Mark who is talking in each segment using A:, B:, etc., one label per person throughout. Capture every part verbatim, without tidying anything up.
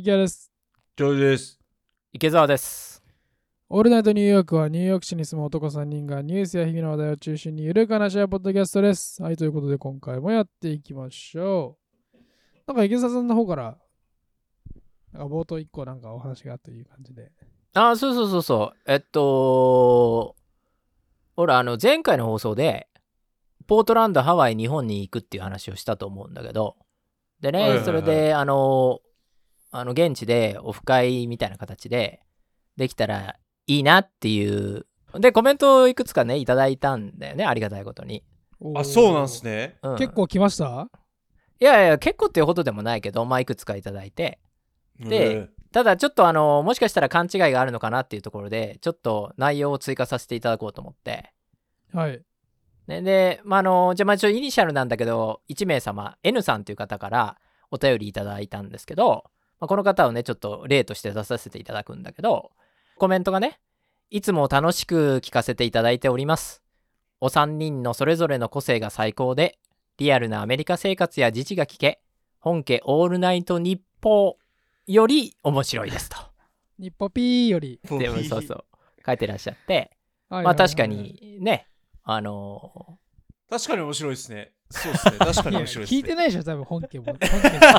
A: 牧原です。
B: ジョージです。
C: 池澤です。
A: オールナイトニューヨークはニューヨーク市に住む男さんにんがニュースや日々の話題を中心にゆるく話し合うポッドキャストです。はい、ということで今回もやっていきましょう。なんか池澤さんの方からなんか冒頭いっこなんかお話があという感じで。
C: あ、そうそうそうそう。えっと、ほら、あの前回の放送でポートランド、ハワイ、日本に行くっていう話をしたと思うんだけど、でね、はいはいはい、それであのあの現地でオフ会みたいな形でできたらいいなっていうでコメントをいくつかねいただいたんだよね、ありがたいことに。
B: あ、そうなんすね、
A: うん、結構来ました？
C: いやいや結構っていうほどでもないけど、まあいくつかいただいて、でただちょっとあのもしかしたら勘違いがあるのかなっていうところでちょっと内容を追加させていただこうと思って、
A: はい
C: ね、で、まあ、あのじゃあまあちょっとイニシャルなんだけどいち名様 N さんという方からお便りいただいたんですけど、まあ、この方をねちょっと例として出させていただくんだけど、コメントがね、いつも楽しく聞かせていただいております。お三人のそれぞれの個性が最高でリアルなアメリカ生活や自治が聞け、本家オールナイト日報より面白いですと。
A: 日報ピーより
C: でもそうそう書いてらっしゃって、まあ確かにね、あの
B: ー、確かに面白いですね。そうですね、確かに面白いですね。
A: 聞いてないでしょ多分本家も。本家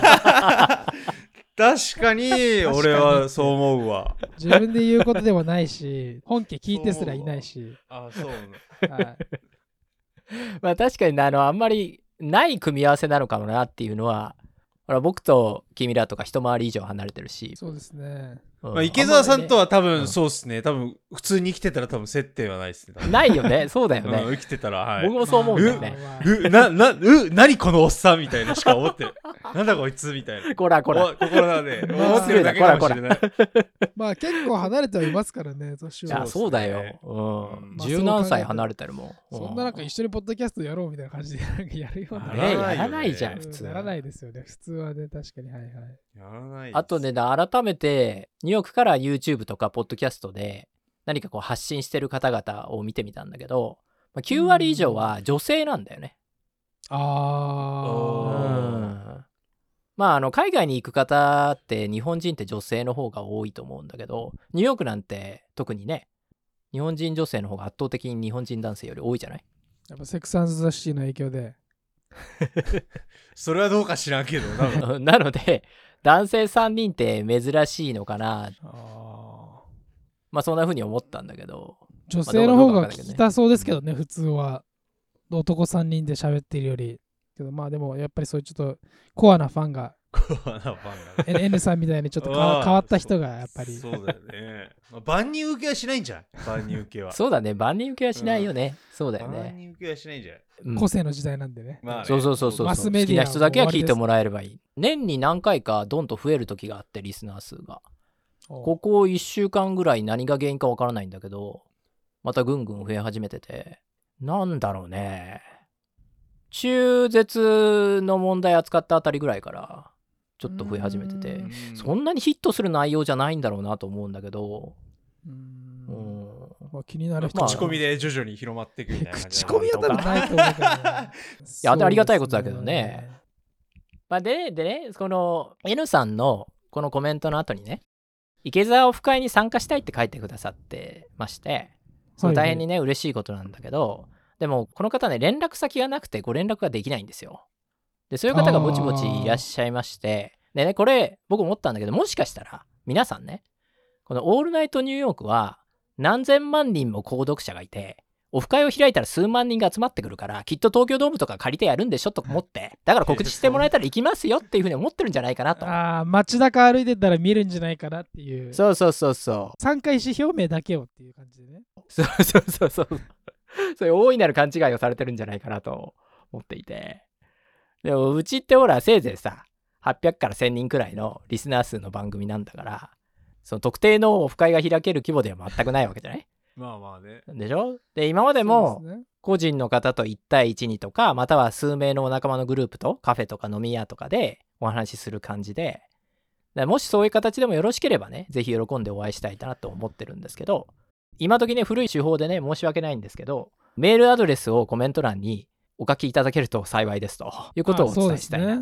B: 確かに俺はそう思うわ。
A: 自分で言うことでもないし、本家聞いてすらいないし。
B: あ、そうね。
C: はい、まあ確かにあのあんまりない組み合わせなのかもなっていうのは、ほら僕と君らとか一回り以上離れてるし。
A: そうですね。
C: うん、
B: まあ、池澤さんとは多分そうですね、うん、多分普通に生きてたら多分接点はないですね。
C: ないよね、そうだよね、
B: うん、生きてたら、はい、
C: 僕もそう思うんだよね。
B: う、う、な、な、う、何このおっさんみたいなしか思ってる。なんだこいつみたいな。
C: こらこら。
B: 心の中で思ってるだけかもしれない。
A: まあ結構離れてはいますからね、年は。
C: いや、そうだよ。うん。十、まあ、何歳離れてるもん。
A: そんななんか一緒にポッドキャストやろうみたいな感じでなんかやるような。
C: ね、やらないじゃん、普通。
A: やらないですよね、普通はね、確かに。はいはい。
B: やらないです。
C: あとね、改めて、ニューヨークから YouTube とかポッドキャストで何かこう発信してる方々を見てみたんだけど、きゅう割以上は女性なんだよね。
A: あ
C: あ。まあ、あの海外に行く方って日本人って女性の方が多いと思うんだけど、ニューヨークなんて特にね、日本人女性の方が圧倒的に日本人男性より多いじゃない？
A: やっぱセックスアンドザシティの影響で。
B: それはどうか知らんけど
C: な, なので男性さんにんって珍しいのかな。あ、まあそんな風に思ったんだけど、
A: 女性の方が聞きたそうですけどね、普通は男さんにんで喋っているより。けどまあでもやっぱりそういうちょっとコアなファンが
B: コアなファンが、ね、
A: N さんみたいにちょっと変わった人がやっぱり
B: そうだよね。万人受けはしないんじゃん。万人受けは
C: そうだね、万人受けはしないよね、うん、そうだよね。
B: 万人受けはしないんじゃん、
A: うん、個性の時代なんでね、
C: まあ、ね、そうそうそうそう、
A: マスメディア
C: 好きな人だけは聞いてもらえればいい。年に何回かどんと増える時があって、リスナー数がここいっしゅうかんぐらい何が原因かわからないんだけど、またぐんぐん増え始めてて、なんだろうね、中絶の問題扱ったあたりぐらいからちょっと増え始めてて、そんなにヒットする内容じゃないんだろうなと思うんだけど、うーん、
A: うん、まあ、気になる人は、
B: 口コミで徐々に広まっていくみたいな感じ。
A: 口コミは多分ないと思うから、ね、
C: いや、ありがたいことだけどね。まあ、で, でね、この N さんのこのコメントの後にね、池澤オフ会に参加したいって書いてくださってまして、それ大変にね、はいはい、嬉しいことなんだけど、でもこの方ね、連絡先がなくてご連絡ができないんですよ。で、そういう方がぼちぼちいらっしゃいまして、でね、これ僕思ったんだけど、もしかしたら皆さんね、このオールナイトニューヨークは何千万人も購読者がいて、オフ会を開いたら数万人が集まってくるから、きっと東京ドームとか借りてやるんでしょと思って、だから告知してもらえたら行きますよっていうふうに思ってるんじゃないかなと。
A: ああ、街中歩いてたら見るんじゃないかなっていう。
C: そうそうそうそう。
A: 参加意思表明だけをっていう感じでね。
C: そうそうそうそう。そういう大いなる勘違いをされてるんじゃないかなと思っていて。でもうちってほらせいぜいさ、はっぴゃくからせんにんくらいのリスナー数の番組なんだから、その特定のオフ会が開ける規模では全くないわけじゃない？
B: まあまあね。
C: でしょ？で、今までも個人の方といち対いちにとか、または数名のお仲間のグループとカフェとか飲み屋とかでお話しする感じで、でもしそういう形でもよろしければね、ぜひ喜んでお会いしたいなと思ってるんですけど、今時ね、古い手法でね、申し訳ないんですけど、メールアドレスをコメント欄にお書きいただけると幸いですということをお伝えしたいなと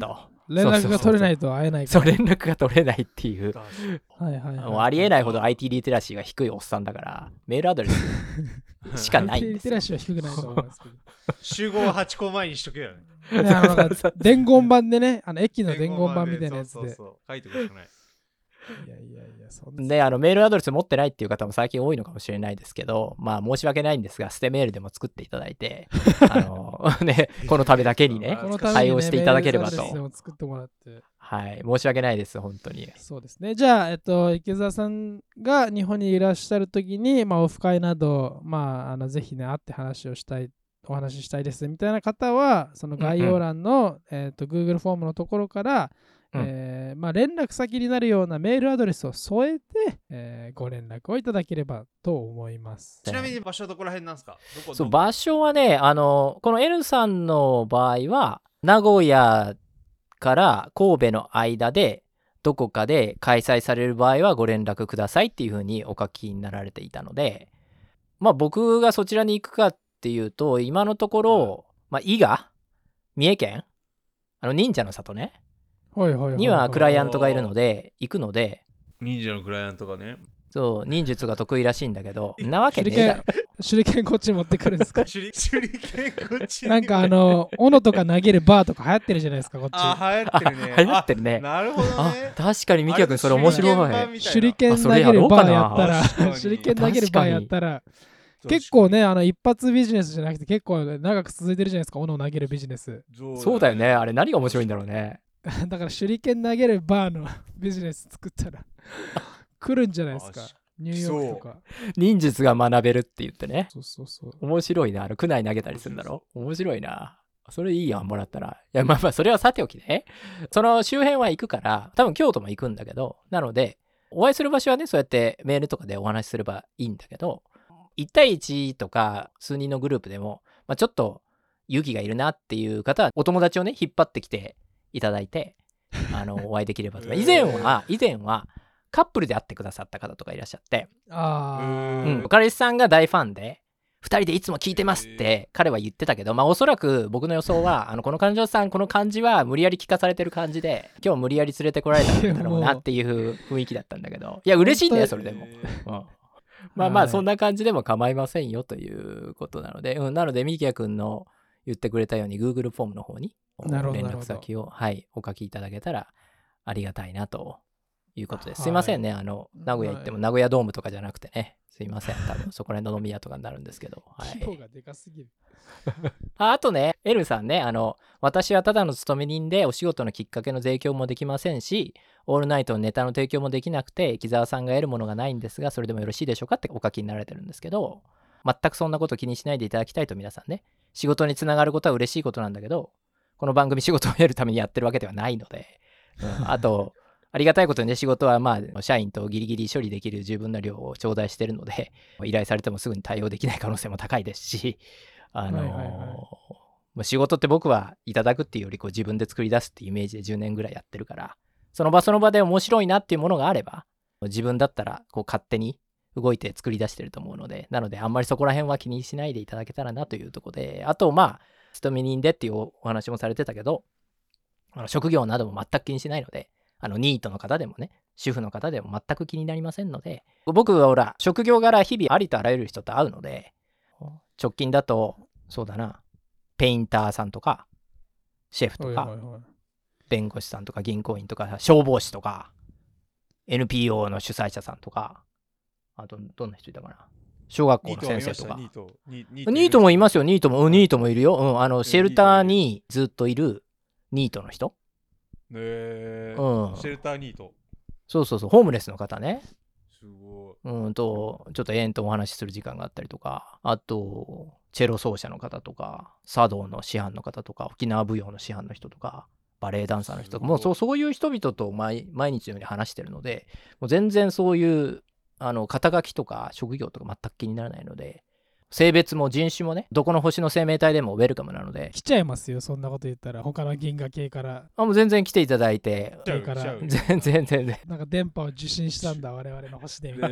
A: 連絡が取れないと会えないから。
C: そう連絡が取れないっていう
A: はいはいはい。
C: もうありえないほど アイティー リテラシーが低いおっさんだからメールアドレスしかないん
A: リ
C: ですよ。
A: テラシーは低くないと思いますけど。
B: 集合はちこまえにしとけよね。
A: ね、あのなんか伝言板でね、あの駅の伝言板みたいなやつで。
B: そうそうそう書いてくれしかない。
A: いやいやいや、そんな。
C: で、あのメールアドレス持ってないっていう方も最近多いのかもしれないですけど、まあ申し訳ないんですが、捨てメールでも作っていただいて、あのね、このためだけにね、
A: このためにね
C: 対応していただければと
A: メールアドレスでも作ってもらって。
C: はい、申し訳ないです、本当に。
A: そうですね。じゃあ、えっと、池澤さんが日本にいらっしゃるときに、まあ、オフ会など、まあ、あのぜひね、会って話をしたい、お話ししたいですみたいな方は、その概要欄の、うんうんえっと Google フォームのところから、うんえーまあ、連絡先になるようなメールアドレスを添えて、えーご連絡をいただければと思います。
B: ちなみに場所はどこら辺なんですか？どこ
C: そう
B: どこ
C: 場所はね、あのこの N さんの場合は、名古屋から神戸の間で、どこかで開催される場合はご連絡くださいっていうふうにお書きになられていたので、まあ僕がそちらに行くかっていうと、今のところ、まあ、伊賀、三重県、あの忍者の里ね、
A: はいはいはいはい、
C: にはクライアントがいるので、行くので、
B: 忍者のクライアントがね。
C: そう、忍術が得意らしいんだけど、んなわけねえだろ。
A: 手裏剣こっち持ってくるんですか？
B: 手裏手裏剣こっちに
A: なんかあの、斧とか投げるバーとか流行ってるじゃないですか、こっち。
B: あ、流行ってるね。
C: 流行ってるね。
B: なるほど
C: あ
B: ね。
C: 確かにミキヤ君それ面白い。
A: 手裏剣投げるバーやったら、
B: あそれやろうかな
A: 手裏剣投げるバーやったら、結構ね、あの一発ビジネスじゃなくて結構長く続いてるじゃないですか、斧を投げるビジネス。
C: そうだよね。あれ何が面白いんだろうね。
A: だから手裏剣投げるバーのビジネス作ったら来るんじゃないですか。ニューヨークとか。
C: 忍術が学べるって言ってね。
A: そうそうそう。
C: 面白いな。あの、区内投げたりするんだろ。面白いな。それいいやん、もらったら。いや、まあまあ、それはさておきね。その周辺は行くから、多分京都も行くんだけど、なので、お会いする場所はね、そうやってメールとかでお話しすればいいんだけど、いち対いちとか数人のグループでも、まあ、ちょっと勇気がいるなっていう方は、お友達をね、引っ張ってきていただいて、あの、お会いできればと。以前は、以前は、カップルで会ってくださった方とかいらっしゃって、
A: あ
C: うん、彼氏さんが大ファンで、ふたりでいつも聞いてますって彼は言ってたけど、まあおそらく僕の予想は、あのこの彼女さん、この感じは無理やり聞かされてる感じで、今日無理やり連れてこられたんだろうなっていう雰囲気だったんだけど、いや、嬉しいんだよ、それでも。うん、まあまあ、そんな感じでも構いませんよということなので、うん、なので、ミキヤ君の言ってくれたように、Google フォームの方に連絡先を、はい、お書きいただけたらありがたいなと。いうことです。すいませんね、あの名古屋行っても名古屋ドームとかじゃなくてね、すいません、多分そこら辺の飲み屋とかになるんですけど、
A: はい、規模がでかすぎる。
C: あ, あとね、エルさんね、あの私はただの勤め人でお仕事のきっかけの提供もできませんし、オールナイトのネタの提供もできなくて、木澤さんが得るものがないんですが、それでもよろしいでしょうかってお書きになられてるんですけど、全くそんなこと気にしないでいただきたいと、皆さんね、仕事につながることは嬉しいことなんだけど、この番組仕事を得るためにやってるわけではないので、うん、あとありがたいことにね、仕事はまあ社員とギリギリ処理できる十分な量を頂戴してるので、依頼されてもすぐに対応できない可能性も高いですし、あのーはいはいはい、仕事って僕はいただくっていうよりこう自分で作り出すっていうイメージでじゅうねんぐらいやってるから、その場その場で面白いなっていうものがあれば、自分だったらこう勝手に動いて作り出してると思うので、なのであんまりそこら辺は気にしないでいただけたらなというところで、あとまあ勤め人でっていうお話もされてたけど、あの職業なども全く気にしないので、あのニートの方でもね、主婦の方でも全く気になりませんので、僕はほら職業柄日々ありとあらゆる人と会うので、直近だとそうだな、ペインターさんとかシェフとか、はいはいはい、弁護士さんとか銀行員とか消防士とか エヌピーオー の主催者さんとか、あとどんな人いたかな、小学校の先生とか。ニートニートもいますよ。ニートも、ニートもいるよ。うん、あのシェルターにずっといるニートの人。
B: えーうん、シェルターニート。
C: そうそうそう、ホームレスの方ね。
B: すごい。
C: うんと、ちょっと延々とお話しする時間があったりとか、あと、チェロ奏者の方とか、茶道の師範の方とか、沖縄舞踊の師範の人とか、バレエダンサーの人とか、もうそう、そういう人々と 毎, 毎日のように話してるので、もう全然そういうあの肩書きとか職業とか全く気にならないので、性別も人種もね、どこの星の生命体でもウェルカムなので。
A: 来ちゃいますよ、そんなこと言ったら。他の銀河系から。
C: あ、もう全然来ていただいて。
A: 系から。
C: 全然全然。
A: なんか電波を受信したんだ、我々の星で。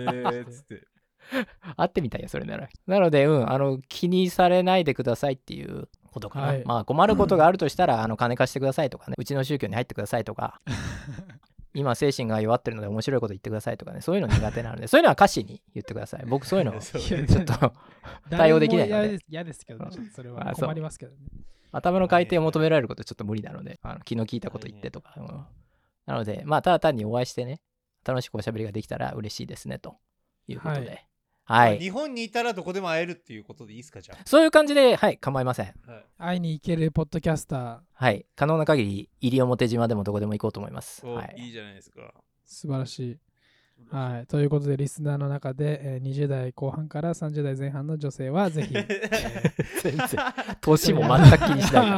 C: 会ってみたいよ、それなら。なので、うん、あの、気にされないでくださいっていうことかな、
A: はい、
C: まあ困ることがあるとしたらあの金貸してくださいとかね、うちの宗教に入ってくださいとか今精神が弱ってるので面白いこと言ってくださいとかね、そういうの苦手なのでそういうのは歌詞に言ってください。僕そういうのちょっと対応できないので。
A: 嫌ですけど、ね、ちょっとそれは困りますけどね。
C: 頭の回転を求められることはちょっと無理なので、あの気の利いたこと言ってとか、うん、なのでまあただ単にお会いしてね、楽しくおしゃべりができたら嬉しいですねということで、はい、はい、
B: 日本にいたらどこでも会えるっていうことでいいですか？じゃあ
C: そういう感じで、はい、構いません、はい、
A: 会いに行けるポッドキャスター、
C: はい、可能な限り西表島でもどこでも行こうと思います。はい、
B: いいじゃないですか。
A: 素晴らしい。はい、ということでリスナーの中で、えー、にじゅう代後半からさんじゅう代前半の女性はぜひ、えー、
C: 全然年も全く気にしない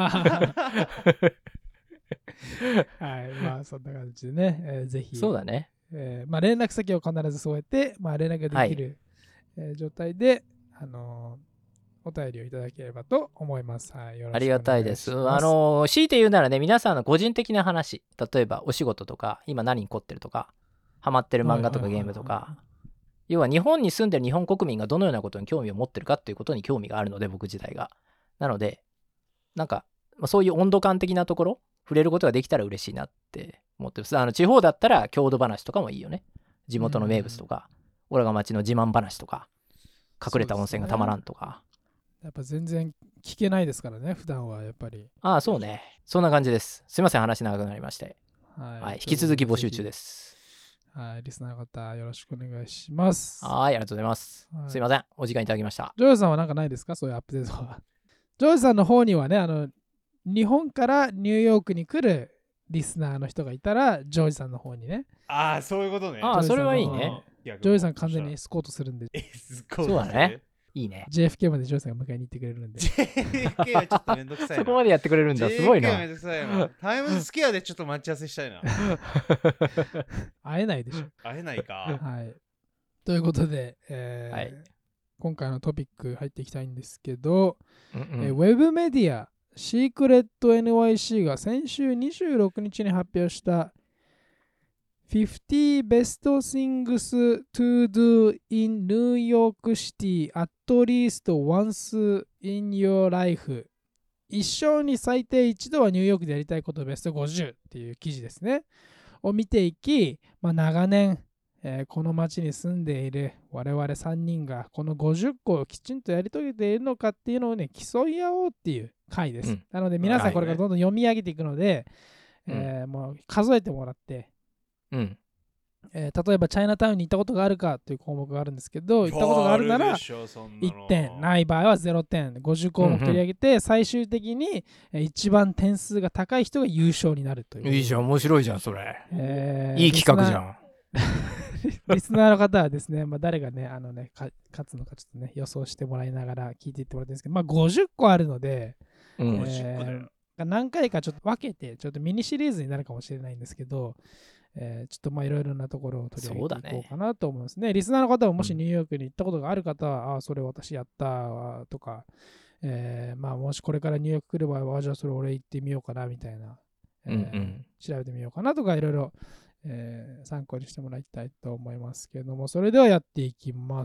A: はい、まあそんな感じでね、えー、ぜひ
C: そうだね、
A: えーまあ、連絡先を必ず添えて、まあ、連絡ができる、はい、えー、状態で、あのー、お便りをいただければと思います。はい、よろしくお願いします。
C: ありがたいです。あのー、強いて言うならね、皆さんの個人的な話、例えばお仕事とか、今何に凝ってるとか、ハマってる漫画とかゲームとか、要は日本に住んでる日本国民がどのようなことに興味を持ってるかっていうことに興味があるので、僕自体が。なので、なんか、まあ、そういう温度感的なところ、触れることができたら嬉しいなって思ってます。あの地方だったら郷土話とかもいいよね。地元の名物とか、俺が町の自慢話とか、隠れた温泉がたまらんとか。
A: やっぱ全然聞けないですからね、普段はやっぱり。
C: ああ、そうね。そんな感じです。すいません、話長くなりまして。はい。はい、引き続き募集中です。
A: はい、リスナーの方、よろしくお願いします。
C: はい、ありがとうございます。はい、すいません、お時間いただきました。
A: ジョージさんは何かないですか？そういうアップデートは。ジョージさんの方にはね、あの、日本からニューヨークに来るリスナーの人がいたら、ジョージさんの方にね。
B: ああ、そういうことね。
C: ああ、それはいいね。
A: ジョージさん完全にエスコートするんで。
B: エスコート、
C: そうだね。いいね。
A: ジェイエフケー までジョージさんが迎えに行ってくれるんで。
B: ジェイエフケー はちょっとめんどくさいな。
C: そこまでやってくれるんだ。すごいな。
B: ジェイエフケー はめんどくさいな。タイムズスケアでちょっと待ち合わせしたいな。
A: 会えないでしょ。
B: 会えないか。
A: はい。ということで、えー
C: はい、
A: 今回のトピック入っていきたいんですけど、
C: うんうん、
A: えー、ウェブメディアシークレット エヌワイシー が先週にじゅうろくにちに発表したフィフティ Best Things to Do in New York City at least once in your life 一生に最低一度はニューヨークでやりたいことベストごじゅうっていう記事ですねを見ていき、まあ、長年、えー、この街に住んでいる我々さんにんがこのごじゅっこをきちんとやり遂げているのかっていうのをね競い合おうっていう回です、うん、なので皆さんこれからどんどん読み上げていくので、うんえー、もう数えてもらって、
C: うん
A: えー、例えばチャイナタウンに行ったことがあるかという項目があるんですけど行ったことがあるならいってんない場合はゼロてんごじゅう項目取り上げて、うんうん、最終的に一番点数が高い人が優勝になるという。
C: いいじゃん面白いじゃんそれ、えー、いい企画じゃん
A: リスナーの方はですね、まあ、誰がねあのね勝つのかちょっとね予想してもらいながら聞いていってもらってるんですけど、まあ、ごじゅっこあるので、うん、えー、何回かちょっと分けてちょっとミニシリーズになるかもしれないんですけど、えー、ちょっとまあいろいろなところを取り上げていこうかなと思いますね。ねリスナーの方はもしニューヨークに行ったことがある方は、うん、ああそれ私やったとか、えー、まあもしこれからニューヨーク来る場合はじゃあそれ俺行ってみようかなみたいな、えーうんうん、調べてみようかなとかいろいろえー、参考にしてもらいたいと思いますけども、それではやっていきます。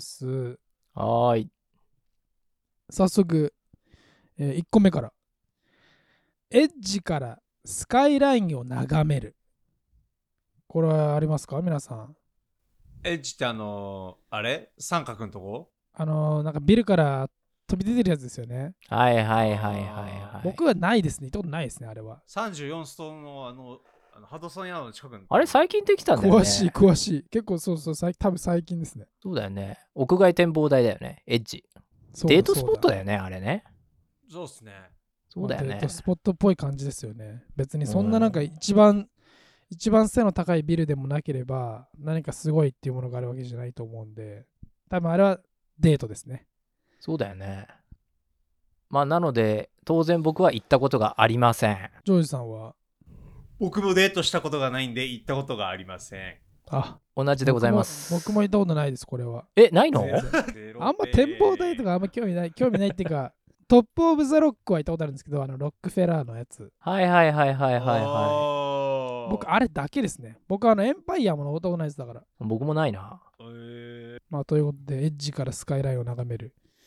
C: はい。
A: 早速、えー、いっこめから。エッジからスカイラインを眺める。これはありますか皆さん。
B: エッジってあのー、あれ三角のとこ
A: あのー、なんかビルから飛び出てるやつですよね。
C: はいはいはいはいはい。
A: 僕はないですね。行ったことないですね、あれは。
B: さんじゅうよんストのあの、あのハドソンヤーの近くに
C: あれ最近できたんだよね。
A: 詳しい詳しい。結構そうそう、多分最近ですね。
C: そうだよね。屋外展望台だよね。エッジ。デートスポットだよね、あれね。
B: そうっすね。
C: そうだよね。
A: デートスポットっぽい感じですよね。別にそんななんか一番、うん、一番背の高いビルでもなければ何かすごいっていうものがあるわけじゃないと思うんで、多分あれはデートですね。
C: そうだよね。まあなので当然僕は行ったことがありません。
A: ジョージさんは？
B: 僕もデートしたことがないんで行ったことがありません。
C: あ、同じでございます。
A: 僕も、僕も行ったことないです、これは。
C: え、ないの？
A: あんま展望台とかあんま興味ない、興味ないっていうか、トップオブザロックは行ったことあるんですけど、あのロックフェラーのやつ。
C: はいはいはいはいはいは
A: い。僕、あれだけですね。僕、あのエンパイアも登ったことないですだから。
C: 僕もないな。
A: えー、まあ、ということで、エッジからスカイラインを眺める。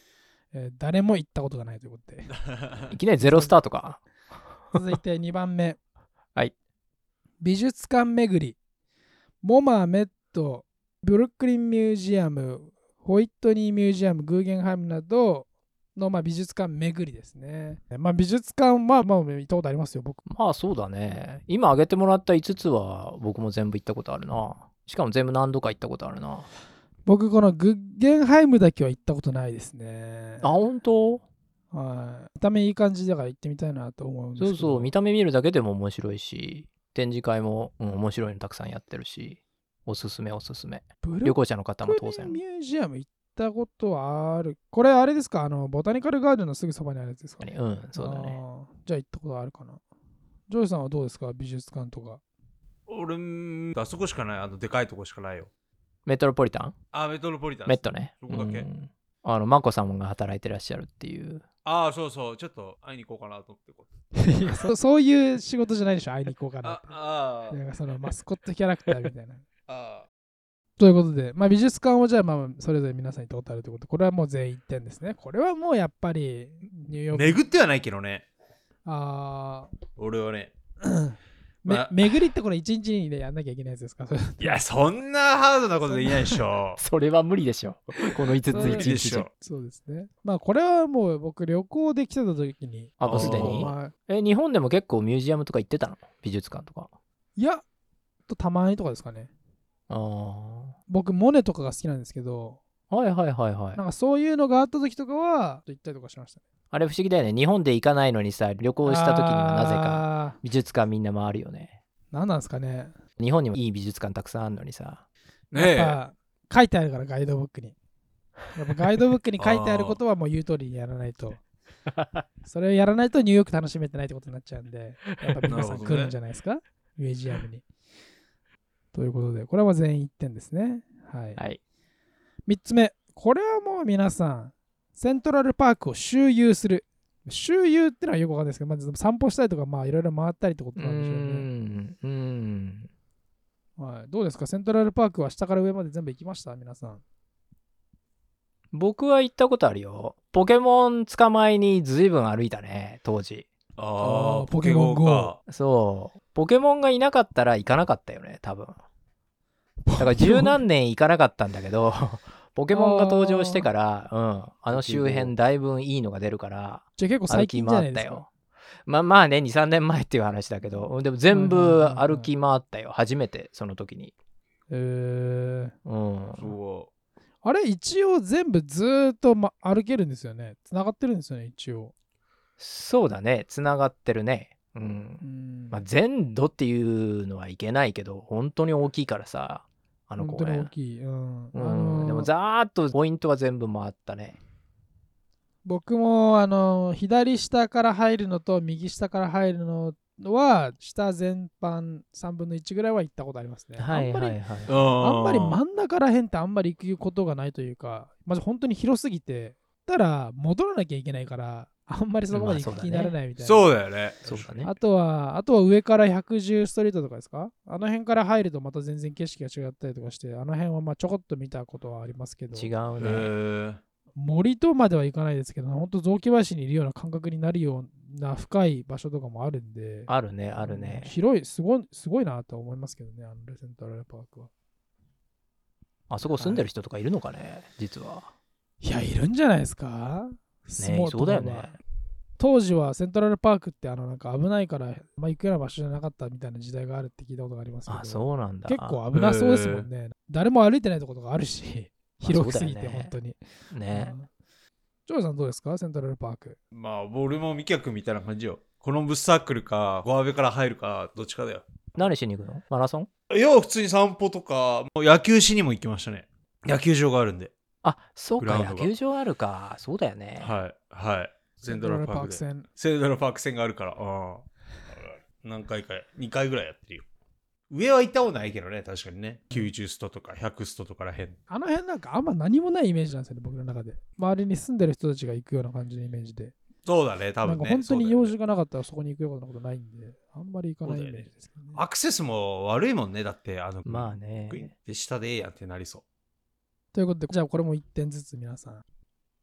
A: えー誰も行ったことがないということで。
C: いきなりゼロスタートか。
A: 続いてにばんめ。
C: はい。
A: 美術館巡り。モマ、メット、ブルックリンミュージアム、ホイットニーミュージアム、グーゲンハイムなどの、まあ、美術館巡りですね。まあ、美術館は、まあ、行ったことありますよ、僕。
C: まあそうだね。今挙げてもらったいつつは僕も全部行ったことあるな。しかも全部何度か行ったことあるな。
A: 僕、このグッゲンハイムだけは行ったことないですね。
C: あ、本当？
A: はい。見た目いい感じだから行ってみたいなと思うんですけど。
C: そうそう、見た目見るだけでも面白いし、展示会も、うん、面白いのたくさんやってるし、おすすめおすすめ。
A: ブルッ
C: 旅行者の方も当然。
A: クリンミュージアム行ったことはある。これあれですか、あのボタニカルガーデンのすぐそばにあるやつですかね。
C: うん、そうだね。
A: あーじゃあ行ったことあるかな。ジョージさんはどうですか、美術館とか。
B: 俺んあそこしかない。あのでかいとこしかないよ。
C: メトロポリタン？
B: あ、メトロポリタン。
C: メットね。
B: そこだけ。
C: うんあの、マコさんが働いてらっしゃるっていう。
B: ああ、そうそう。ちょっと会いに行こうかなと思ってこう。
A: いやそそういう仕事じゃないでしょ、会いに行こうかなっ
B: あ
A: て。
B: あ
A: なんかそのマスコットキャラクターみたいな。
B: あ
A: ということで、まあ、美術館をじゃあまあそれぞれ皆さん行ったことあるということで、これはもう全員いってんですね。これはもうやっぱりニューヨーク。
B: 巡ってはないけどね。
A: あ
B: 俺はね。
A: ーめ
B: まあ
A: 巡りってこれ一日にねやんなきゃいけないやつですか？それ
B: いや、そんなハードなことできないでしょ。
C: それは無理でしょ。このいつつ
A: そう
C: いちにちじゃ。
A: そうですね。まあこれはもう僕旅行で来てた時に。
C: あ、もうすでに
A: まあ、
C: え、日本でも結構ミュージアムとか行ってたの？美術館とか。
A: いや、とたまにとかですかね。
C: ああ。
A: 僕、モネとかが好きなんですけど、
C: はいはいはいはい
A: なん。かそういうのがあった時とかは、行ったりとかしましたね。
C: あれ不思議だよね。日本で行かないのにさ、旅行した時にはなぜか
A: か。
C: 美術館みんな回るよね。
A: 何なんですかね。
C: 日本にもいい美術館たくさんあるのにさ。
B: ね
A: やっぱ書いてあるから、ガイドブックに。やっぱガイドブックに書いてあることはもう言う通りにやらないと。それをやらないとニューヨーク楽しめてないってことになっちゃうんで、やっぱ皆さん来るんじゃないですか、ミュージアムに。ということで、これは全員いってんですね。はい。
C: はい。
A: みっつめ、これはもう皆さん、セントラルパークを周遊する。周遊ってのはよくわかんないですけど、まず散歩したりとか、まあいろいろ回ったりってこと
C: うー
A: なんでしょうね。
C: ん。うーん。
A: はい、どうですか、セントラルパークは下から上まで全部行きました皆さん。
C: 僕は行ったことあるよ。ポケモン捕まえに随分歩いたね、当時。
B: あ
A: あー
B: あ、ポケモン GO か。
C: そう。ポケモンがいなかったら行かなかったよね、多分。だから十何年行かなかったんだけど、ポケモンが登場してから、うん、あの周辺だいぶいいのが出るから、
A: じゃあ結構最近じゃないですか。
C: まあまあね、に、さんねんまえっていう話だけど、でも全部歩き回ったよ、初めて、その時に。
A: えー、
C: うん。
B: そ
A: あれ、一応全部ずーっと、ま、歩けるんですよね。つながってるんですよね、一応。
C: そうだね、つながってるね。うん。
A: うん
C: まあ、全土っていうのはいけないけど、本当に大きいからさ、あの公
A: 本当に大
C: 園。
A: きい。うん
C: うん
A: あのー
C: でもざーっとポイントは全部回ったね。
A: 僕も、あのー左下から入るのと右下から入るのは、下全般さんぶんのいちぐらいは行ったことありますね。
C: はい
A: あんまり
C: はいはい。
B: う。
A: あんまり
B: ん
A: 真ん中らへんってあんまり行くことがないというか、まず本当に広すぎて、たら戻らなきゃいけないから、あんまりそこまで行く気になれないみたいな。
B: そうだよね。
C: そうだね。
A: あとは、あとは上からひゃくじゅうストリートとかですか？あの辺から入るとまた全然景色が違ったりとかして、あの辺はまあちょこっと見たことはありますけど、
C: 違う
B: へ
C: ね。
B: ー
A: 森とまでは行かないですけど、本当雑木林にいるような感覚になるような深い場所とかもあるんで、
C: あるね、あるね。
A: 広い、すごい、すごいなと思いますけどね、あのセントラルパークは。
C: あそこ住んでる人とかいるのかね、実は。
A: いや、いるんじゃないですか？住も
C: ねそうだよね
A: と思えば。当時はセントラルパークってあのなんか危ないから、まあ、行くような場所じゃなかったみたいな時代があるって聞いたことがありますけど、
C: あ、そうなんだ。
A: 結構危なそうですもんね。誰も歩いてないところがあるし、広すぎて
C: そうだよね
A: 本当に。
C: ね。
A: うんジョージさんどうですかセントラルパーク。
B: まあ、俺もミキヤ君みたいな感じよ。コロンブスサークルか、ゴアベから入るか、どっちかだよ。
C: 何しに行くの？マラソン？
B: いや、普通に散歩とか、もう野球しにも行きましたね。野球場があるんで。
C: あ、そうか、
B: グラウンドが
C: 野球場あるか。そうだよね。
B: はい、はい。セントラルパークで。
A: 戦。
B: セントラルパーク戦があるから。うん何回か、にかいぐらいやってるよ。上は行ったことないけどね、確かにね。きゅうじゅうストとかひゃくストとからへん。
A: あの辺なんかあんま何もないイメージなんですよね、僕の中で。周りに住んでる人たちが行くような感じのイメージで。
B: そうだね、多分ね。
A: なんか本当に用
B: そうだよね
A: 事がなかったらそこに行くようなことないんで、あんまり行かないイメージですけどね。
B: アクセスも悪いもんね、だって、あの、
C: まあね
B: グインって下でええやんってなりそう。
A: ということで、じゃあこれもいってんずつ皆さん。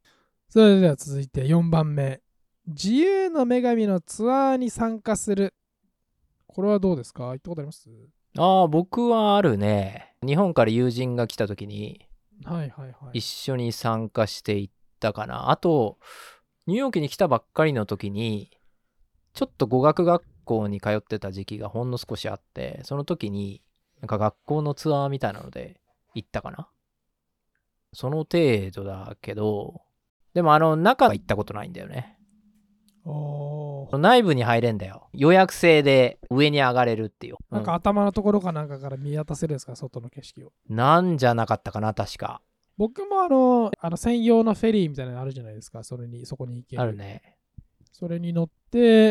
A: それでは続いてよんばんめ。自由の女神のツアーに参加する。これはどうですか？行ったことあります？
C: ああ、僕はあるね。日本から友人が来た時に
A: はいはいはい。
C: 一緒に参加していったかな。あと、ニューヨークに来たばっかりの時に、ちょっと語学学校に通ってた時期がほんの少しあって、その時になんか学校のツアーみたいなので行ったかな。その程度だけど、でもあの中は行ったことないんだよね。
A: おー。
C: 内部に入れんだよ。予約制で上に上がれるっていう。
A: なんか頭のところかなんかから見渡せるんですか、外の景色を。
C: なんじゃなかったかな、確か。
A: 僕もあの、あの専用のフェリーみたいなのあるじゃないですか、それに、そこに行ける。
C: あるね。
A: それに乗って、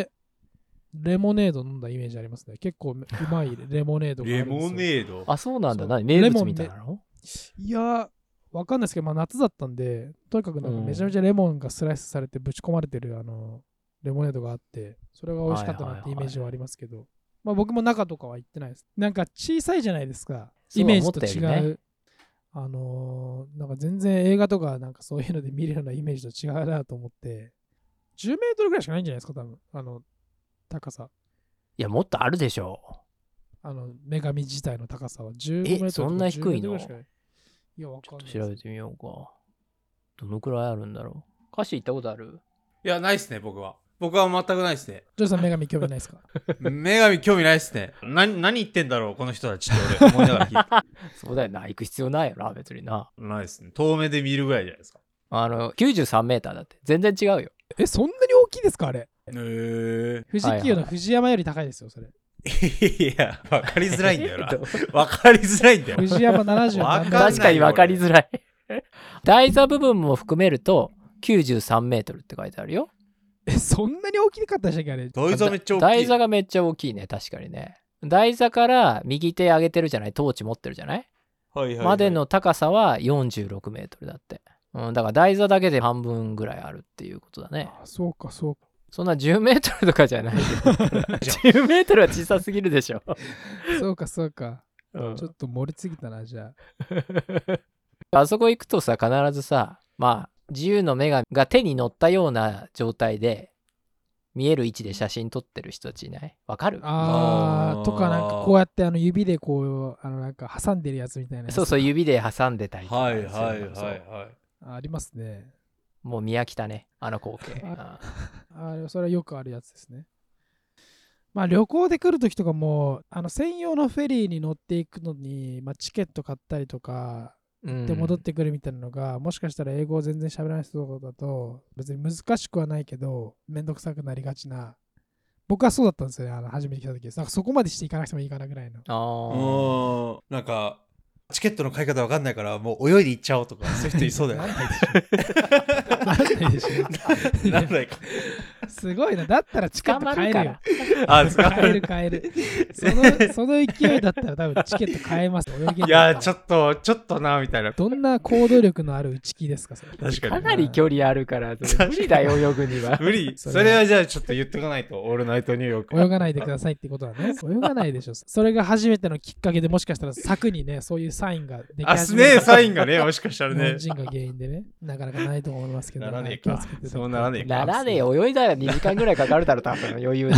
A: レモネード飲んだイメージありますね。結構うまいレモネードがある
B: レ
A: んですよ。
B: モネード。
C: あ、そうなんだ。
A: そう
C: 何名物みたいなの？
A: いや、わかんないですけど、まあ夏だったんで、とにかくなんかめちゃめちゃレモンがスライスされてぶち込まれてるあの、レモネードがあって、それが美味しかったなってイメージはありますけど、まあ僕も中とかは行ってないです。なんか小さいじゃないですか。イメージと違う。ね、あのー、なんか全然映画とかなんかそういうので見るようなイメージと違うなと思って、じゅうメートルぐらいしかないんじゃないですか、多分。あの、高さ。
C: いや、もっとあるでしょう。
A: あの、女神自体の高さはじゅうごメートルとか
C: そんな低いの？
A: いや、わかんない。
C: 調べてみようか。どのくらいあるんだろう。歌詞行ったことある？
B: いや、ないっすね、僕は。僕は全くないっすね。
A: ジョーさん、女神興味ないですか？
B: 女神興味ないっすね。何、何言ってんだろう、この人たちって俺思いながら聞いて。
C: そうだよな。行く必要ないよな、別にな。
B: ないっすね。遠目で見るぐらいじゃないですか。
C: あの、きゅうじゅうさんメーターだって。全然違うよ。
A: え、そんなに大きいですかあれ。
B: へえ。
A: 富士急の富士山より高いですよ、それ。
B: いや、わかりづらいんだよな。わかりづらいんだよ。
A: 富士山ななじゅうななメートル。
C: 確かにわかりづらい。台座部分も含めるときゅうじゅうさんメートルって書いてあるよ。
A: え、そんなに大きかったでしたっけあれ。
B: 台座めっちゃ大きい。
C: 台座がめっちゃ大きいね、確かにね。台座から右手上げてるじゃない、トーチ持ってるじゃない、
B: はいはいはい、
C: までの高さはよんじゅうろくメートルだって。うん、だから台座だけで半分ぐらいあるっていうことだね。
A: あ、そうかそうか。
C: そんなじゅうメートルとかじゃないけどじゅうメートルは小さすぎるでしょ。
A: そうかそうか、
C: うん、
A: ちょっと盛りすぎたな、じゃ
C: あ。あそこ行くとさ、必ずさ、まあ自由の女神が手に乗ったような状態で見える位置で写真撮ってる人たちいない？わかる？
A: あーとか、なんかこうやってあの指でこうあのなんか挟んでるやつみたいなやつ。
C: そうそう、指で挟んでたりとか。
B: はいはいはいはい。
A: ありますね。
C: もう見飽きたね、あの光景。
A: ああ、それはよくあるやつですね。まあ旅行で来るときとかも、あの専用のフェリーに乗っていくのに、まあ、チケット買ったりとか、で戻ってくるみたいなのが、うん、もしかしたら英語を全然喋らない人だと、別に難しくはないけど、めんどくさくなりがちな。僕はそうだったんですよね、あの初めて来たとき。なんかそこまでしていかなくてもいいかなぐらいの。
C: あ
B: あ。なんか、チケットの買い方わかんないから、もう泳いで行っちゃおうとか、そういう人いそうだよね。
A: なんないでしょ。
B: なんないか。
A: すごいな。だったらチケット買えるよ。
B: あ、
A: 買える買える。その、その勢いだったら多分チケット買えます。泳げ
B: いや、ちょっと、ちょっとな、みたいな。
A: どんな行動力のある打ち気ですか、それ。
B: 確かに。
C: かなり距離あるから、無理だよ、泳ぐには。
B: 無理。それはじゃあちょっと言ってかないと、オールナイトニューヨーク。
A: 泳がないでくださいってことはね。泳がないでしょ。それが初めてのきっかけでもしかしたら柵にね、そういうサインができ
B: あ、すねえ、サインがね、もしかしたらね。
A: 日本人が原因でね、なかなかないと思いますけど。
B: ならねえか。そうならねえか。
C: ならねえ、泳いだらにじかんぐらいかかるだろ、多分余裕で。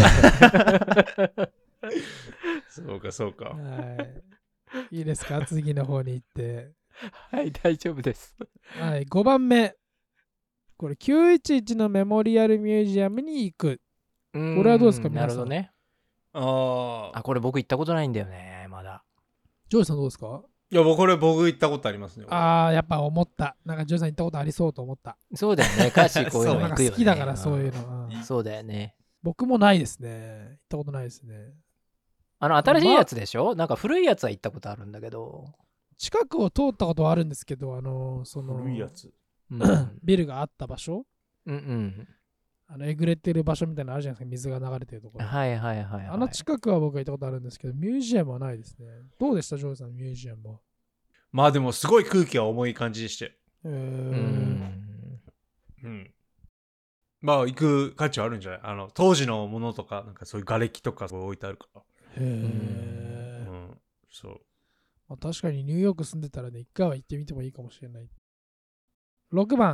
B: そうか、そうか。
A: はい。いいですか、次の方に行って。
C: はい、大丈夫です。
A: はい、ごばんめ。これ、きゅういちいちのメモリアルミュージアムに行く。これはどうですか、皆さん。
C: なるほどね。
B: あ
C: あ、これ僕行ったことないんだよね、まだ。
A: ジョージさんどうですか？
B: いや、僕これ僕行ったことありますね。
A: ああ、やっぱ思った。なんかジョージさん行ったことありそうと思った。
C: そうだよね、歌詞こういうの行くよね。
A: 好きだからそういうの。
C: うん、そうだよね。
A: 僕もないですね。行ったことないですね。
C: あの、新しいやつでしょ、ま、なんか古いやつは行ったことあるんだけど。
A: 近くを通ったことはあるんですけど、あの、その、
B: 古いやつ。
A: うん、ビルがあった場所、
C: うんうん。
A: あのえぐれてる場所みたいなのあるじゃないですか、水が流れてるところ。
C: はいはいはい、はい。
A: あの近くは僕は行ったことあるんですけど、ミュージアムはないですね。どうでした、ジョージさん、ミュージアムは。
B: まあでも、すごい空気は重い感じでして。
A: えー、
C: うん
B: うん。まあ、行く価値はあるんじゃない？あの、当時のものとか、なんかそういう瓦礫とか置いてあるから。
A: へえ、
B: うん。そう。
A: まあ、確かにニューヨーク住んでたらね、一回は行ってみてもいいかもしれない。ろくばん、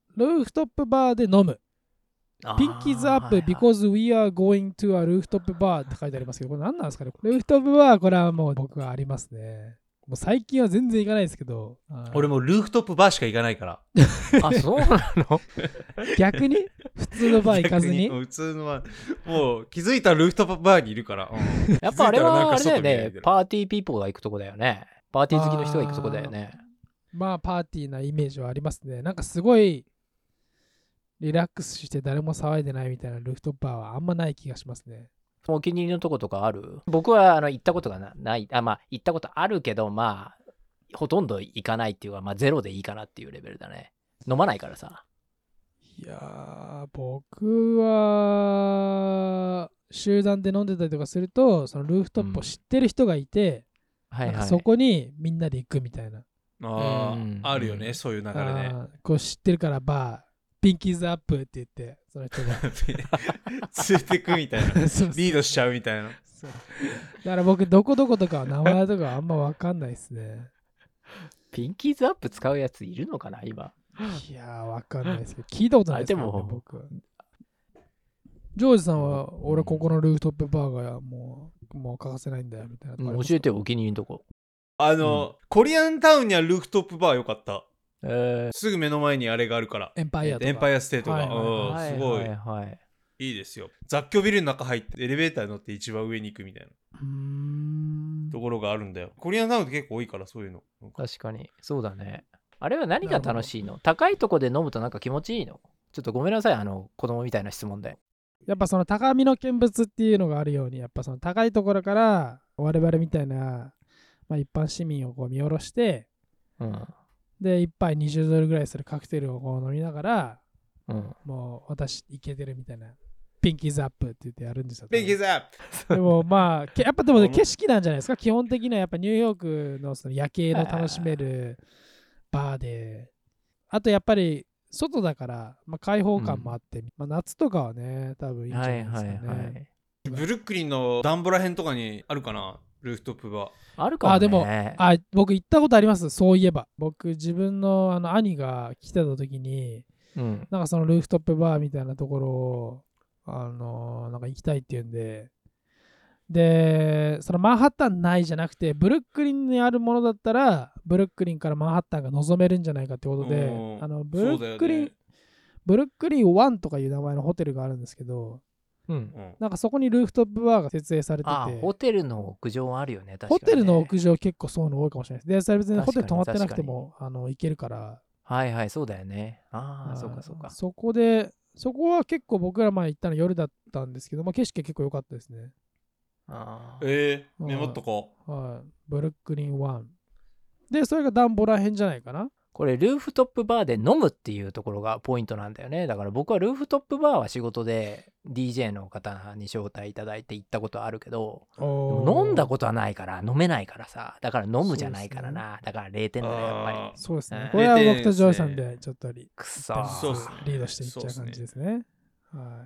A: ルーフトップバーで飲む。ピンキーズアップ because we are going to a rooftop bar って書いてありますけど、これ何なんですかね。ルーフトップバー、これはもう僕はありますね。もう最近は全然行かないですけど。
B: 俺もルーフトップバーしか行かないから。
C: あ、そうなの
A: 逆に普通のバー行かずに
B: 普通のバー。もう気づいたらルーフトップバーにいるから。うん、
C: やっぱあれはあれだよね。パーティーピーポーが行くとこだよね。パーティー好きの人が行くとこだよね。
A: まあパーティーなイメージはありますね。なんかすごいリラックスして誰も騒いでないみたいなルーフトップバーはあんまない気がしますね。
C: お気に入りのとことかある？僕はあの行ったことが な, ないあまあ行ったことあるけど、まあほとんど行かないっていうか、まあゼロでいいかなっていうレベルだね。飲まないからさ。
A: いやー、僕は集団で飲んでたりとかすると、そのルーフトップを知ってる人がいて、うん、はいはい、そこにみんなで行くみたいな。
B: あ, あるよね、うん、そういう流れね。
A: こう知ってるからバーピンキーズアップって言ってその人が
B: ついてくみたいなリードしちゃうみたいな。
A: そうだから僕どこどことか名前とかあんま分かんないですね。
C: ピンキーズアップ使うやついるのかな今。
A: いやー分かんないですけど聞いたことないですからね。でも僕ジョージさんは俺ここのルーフトップバーがもうもう欠かせないんだよみたいな、
C: うん、教えてよお気に入りのとこ。
B: あの、うん、コリアンタウンにはルーフトップバーよかった。
C: えー、
B: すぐ目の前にあれがあるから
A: エンパイアとか
B: エンパイアステートが、はい
C: はい、
B: すごい、
C: はいはい、
B: いいですよ。雑居ビルの中入ってエレベーターに乗って一番上に行くみたいな
A: うーん
B: ところがあるんだよ。コリアンタウンって結構多いからそういうの。
C: 確かにそうだね。あれは何が楽しいの？高いとこで飲むとなんか気持ちいいの？ちょっとごめんなさい、あの子供みたいな質問で。
A: やっぱその高みの見物っていうのがあるように、やっぱその高いところから我々みたいな、まあ、一般市民をこう見下ろして、
C: うん、
A: で一杯にじゅうドルぐらいするカクテルをこう飲みながら、
C: うん、
A: もう私イケてるみたいなピンキーズアップって言ってやるんですよ。
B: ピンキーズアッ
A: プでもまあやっぱでも、ね、景色なんじゃないですか。基本的にはやっぱニューヨークのその夜景の楽しめるバーで、あとやっぱり外だから、まあ、開放感もあって、うんまあ、夏とかはね多分いいんじゃないですかね、はいはいはい、
B: ブルックリンのダンボラ辺とかにあるかなルーフトップバー。
C: あるかもね。
A: あでもあ僕行ったことあります。そういえば僕自分の、 あの兄が来てた時に、
C: うん、
A: なんかそのルーフトップバーみたいなところをあのー、なんか行きたいっていうんででそのマンハッタンないじゃなくてブルックリンにあるものだったらブルックリンからマンハッタンが望めるんじゃないかってことで、あのブルックリン、ね、ブルックリンワンとかいう名前のホテルがあるんですけど、
C: うん、
A: なんかそこにルーフトップバーが設営されてて、
C: あホテルの屋上あるよね。確かにね、
A: ホテルの屋上結構そういうの多いかもしれないです。でそれ別にホテル泊まってなくてもあの行けるから。
C: はいはいそうだよね。ああそうかそうか。
A: そこでそこは結構僕ら前行ったの夜だったんですけど、まあ、景色結構良かったですね。
C: あ
B: えー、メモっとこ
A: う。はい。ブルックリンワン。で、それがダンボラ編じゃないかな。
C: これ、ルーフトップバーで飲むっていうところがポイントなんだよね。だから僕はルーフトップバーは仕事で ディージェー の方に招待いただいて行ったことあるけど、飲んだことはないから、飲めないからさ。だから飲むじゃないからな。ね、だかられいてんだよ、やっぱり。
A: そうですね。これは僕とジョーさんでちょっとリ
C: くそ
A: リードしていっちゃう感じですね。はい。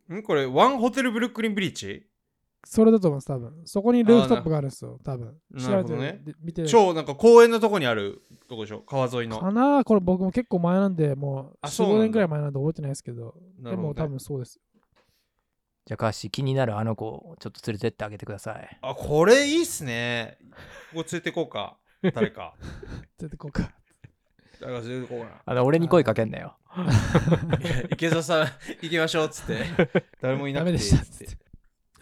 B: んこれ、ワンホテルブルックリンブリッジ
A: それだと思います、多分。そこにルーフトップがあるんですよ、多分。
B: なるほどね。見て超なんか公園のとこにあるとこでしょ、川沿いの。
A: かなこれ僕も結構前なんで、もうよん、ごねんくらい前なんで覚えてないですけど、どでも多分そうです。
C: じゃあ、カッシー気になるあの子をちょっと連れてってあげてください。
B: あ、これいいっすね。ここ連れてこうか。誰か。
A: 連れてこうか。
B: 誰か連れてこうかな。
C: あの俺に声かけんなよ。
B: 池澤さん、行きましょうっつって。誰もいなくて。ダメで
A: したっつって。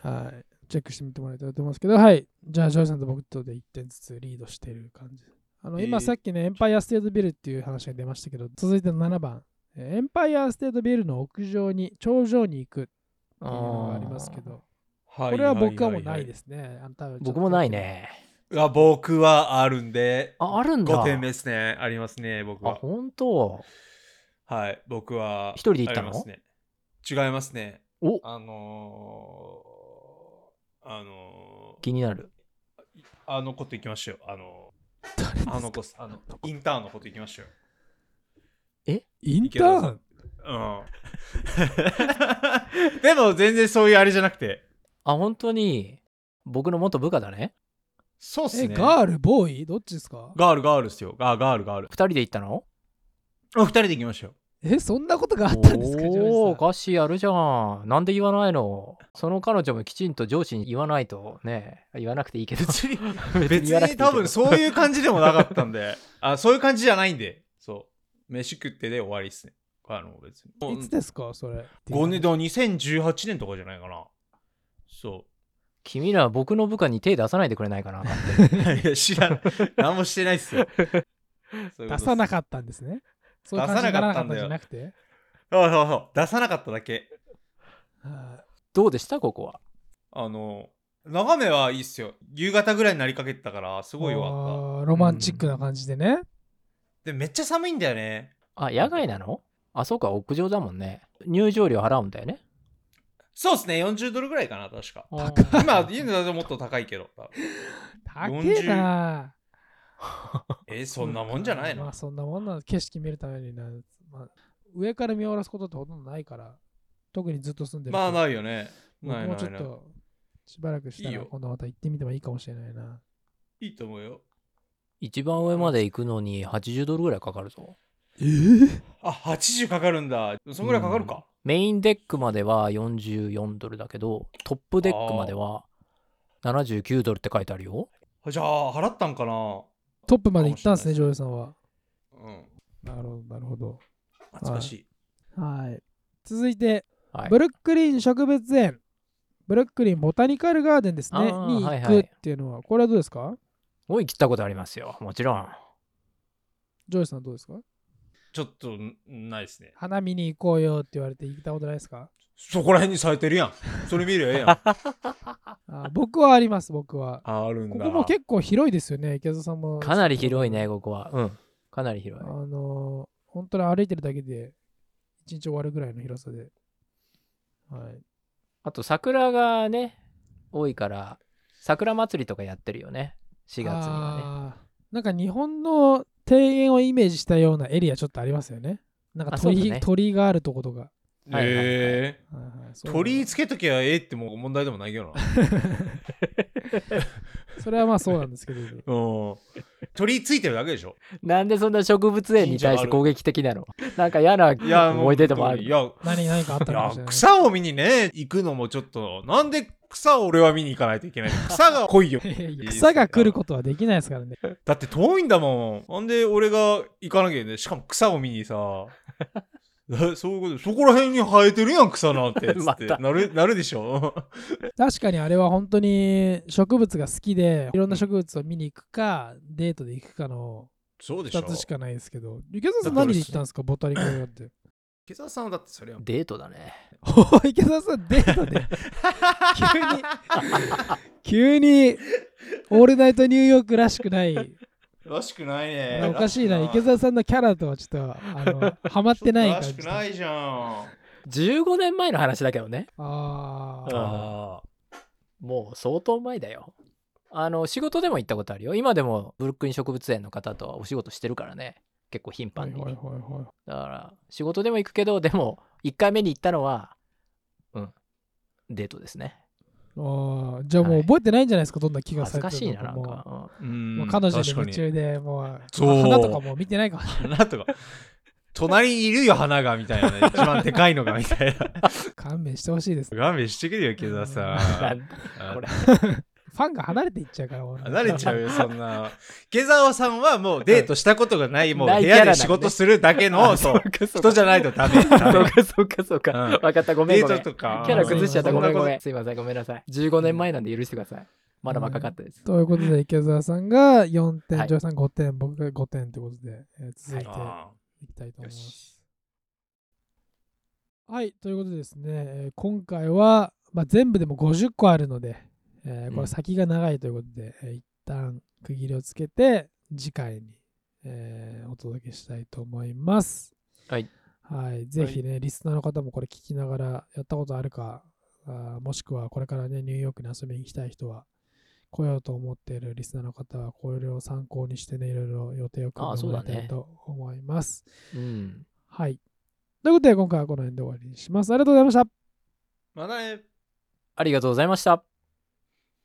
A: はい。チェックしてみてもらいたいと思いますけど、はい。じゃあ、ジョージさんと僕とでいってんずつリードしている感じ。あの、今さっきね、エンパイアステートビルっていう話が出ましたけど、続いてのななばん。エンパイアステートビルの屋上に、頂上に行くっていうのがありますけど、これは僕はもうないですね。あの多分
C: 僕もないね。
B: うわ僕はあるんで。
C: あ、あるんだ。
B: ごてんめですね。ありますね、僕は。
C: あ、本当。
B: はい、僕は。
C: 一人で行ったの？
B: ね、違いますね。
C: お
B: あのー、あのー、
C: 気になる。
B: あのこと行きましょう。あのー、あの子、あの、インターンのこと行きましょう。
A: えインターン
B: うん。でも全然そういうあれじゃなくて。
C: あ、本当に僕の元部下だね。
B: そうっすね。
A: え、ガール、ボーイどっちですか？
B: ガール、ガールっすよ。ガーガール、ガール。
C: 二人で行ったの？
B: あ、二人で行きましたよ。
A: え、そんなことがあったんですか、ジョージさん。
C: おお、おかしいやるじゃん。なんで言わないの？その彼女もきちんと上司に言わないとね。言わなくていいけど。
B: 別に、
C: 別
B: 別
C: 言わなくていいけど
B: に多分そういう感じでもなかったんで、あ、そういう感じじゃないんで、そう。飯食ってで終わりっすね。あの、別に。
A: いつですか、それ。
B: ごねん、だからにせんじゅうはちねんとかじゃないかな。そ
C: 君ら僕の部下に手出さないでくれないかな。
B: う。いや、知らない。何もしてないっすよ。
A: 出さな
B: っ
A: かったんですね。そういう感じにならなかったんじゃなくて。
B: た。そうそうそう。出さなかっただけ。
A: は
C: どうでしたここは？
B: あの、眺めはいいっすよ。夕方ぐらいになりかけてたから、す
A: い
B: ごいよかっ
A: あーロマンチックな感じでね。
B: た。で、めっちゃ寒いんだよね。
C: あ、野外なの？あ、そうか、屋上だもんね。入場料払うんだよね。
B: そうっすね。よんじゅうドルぐらいかな、確か。
C: 高
B: 今、家だともっと高いけど。
A: 高えな。
B: え、そんなもんじゃないの？
A: まあそんなもんな、景色見るためにな、まあ、上から見下ろすことってほとんどないから、特にずっと住んでると。
B: まあ、ないよね。
A: 僕
B: ないないない。
A: もちょっとしばらくした
B: いいよ
A: ら今度また行ってみてもいいかもしれないな。
B: いいと思うよ。
C: 一番上まで行くのにはちじゅうドルぐらいかかるぞ。
A: えー、
B: あ、はちじゅうかかるんだ。そんぐらいかかるか。
C: メインデックまではよんじゅうよんドルだけど、トップデックまではななじゅうきゅうドルって書いてあるよ。
B: じゃあ、払ったんかな。
A: トップまで行ったんですね、ジョージさんは。
B: うん。
A: なるほど、なるほど。
B: 懐かしい。
A: はい。続いて、
C: はい、
A: ブルックリン植物園、ブルックリンボタニカルガーデンですね、
C: あー
A: に行
C: はいはい
A: くっていうのは、これはどうですか？
C: もう行ったことありますよ。もちろん。
A: ジョージさんどうですか？
B: ちょっと、ないですね。
A: 花見に行こうよって言われて行ったことないですか？
B: そこら辺に咲いてるやん。それ見るええやん。
A: あ、僕はあります、僕は。
B: あるんだ。
A: ここも結構広いですよね、池田さんも。
C: かなり広いね、ここは。うん。かなり広い。
A: あのー、本当に歩いてるだけで一日終わるぐらいの広さで。はい。
C: あと桜がね、多いから、桜祭りとかやってるよね。しがつにはね。
A: あーなんか日本の庭園をイメージしたようなエリアちょっとありますよね。なんか鳥、
C: あそうだね
A: 鳥があるとことか。
C: はいはいはい
B: ええ。
A: はいはいそういうの
B: 鳥居つけときゃええってもう問題でもないけどな。
A: それはまあそうなんですけど。
B: うん。鳥居ついてるだけでしょ。
C: なんでそんな植物園に対して攻撃的なの？なんか嫌ない
B: や、もう
C: 思い出でもある。
B: いや、
A: 何、何かあった
B: いや
A: かもしれない。
B: 草を見にね、行くのもちょっと、なんで草を俺は見に行かないといけないの？草が来いよ。
A: いやいや草が来ることはできないですからね。
B: だって遠いんだもん。なんで俺が行かなきゃいけない。しかも草を見にさ。そういうこと、そこら辺に生えてるやん、草なんて。つって
C: また
B: なる、なるでしょ。
A: 確かにあれは本当に植物が好きで、いろんな植物を見に行くか、デートで行くかの2
B: そうでしょ。
A: つしかないですけど。池澤さん
B: だって俺
A: 何で行ったんですか、ボタニカルガーデン。
B: 池澤さんはだってそれは。
C: デートだね。
A: おい池澤さんデートで急に急にオールナイトニューヨークらしくない
B: らしくないね。
A: おかしいな池澤さんのキャラとはちょっとあのハマってない
B: ら
A: 感じ
B: しくないじゃん。
C: じゅうごねんまえの話だけどね。
A: あー
B: あ
C: もう相当前だよ。あの仕事でも行ったことあるよ。今でもブルックリン植物園の方とはお仕事してるからね。結構頻繁に。
A: はいはいはいはい
C: だから仕事でも行くけど、でもいっかいめに行ったのは、うん、デートですね。
A: あーじゃあもう覚えてないんじゃないですか、どんな気が
C: 恥
A: されてるの
C: ずかしいな、なん
A: も
C: か。
B: う。
A: う
B: うん
A: もう彼女に
B: 確かに
A: 夢中でもう
B: そう
A: 花とかもう見てないかもしれない
B: 花とか。隣にいるよ、花が、みたいなね。一番でかいのが、みたいな。
A: 勘弁してほしいです。
B: 勘弁してくれよ、池澤さ
C: なん
B: ん。
C: これ
A: ファンが離れていっちゃうから俺
B: 離れちゃうよ、そんな。池澤さんはもうデートしたことがない、もう部
C: ないキャラなんで
B: 屋で仕事するだけの、そう、人じゃないとダメ。
C: そうかそうかそうか。
B: うん
C: 分かった、ごめん
B: デ
C: ごめん。
B: ートとか。
C: キャラ崩しちゃった、
A: うん
C: ごめんごめん。すいません、ごめんなさい。じゅうごねんまえなんで許してください。まだ若かったです。
A: ということで池澤さんがよんてん、
C: はい
A: ジョーさんごてん、僕がごてんということで、えー続いて
B: あ
A: いきたいと思いま
B: よ
A: す
B: し。
A: はい、ということでですね、えー今回は、まあ、全部でもごじゅっこあるので、えーこ
B: うん
A: れ先が長いということで、えー一旦区切りをつけて次回に、えーお届けしたいと思います。
C: はい。
A: はい、ぜひね、リスナーの方もこれ聞きながらやったことあるか、あーもしくはこれからね、ニューヨークに遊びに行きたい人は、来ようと思っているリスナーの方は、これを参考にしてね、いろいろ予定を組んでもらいたいと思います。
C: うん。
A: はい。ということで、今回はこの辺で終わりにします。ありがとうございました。
B: まだね。
C: ありがとうございました。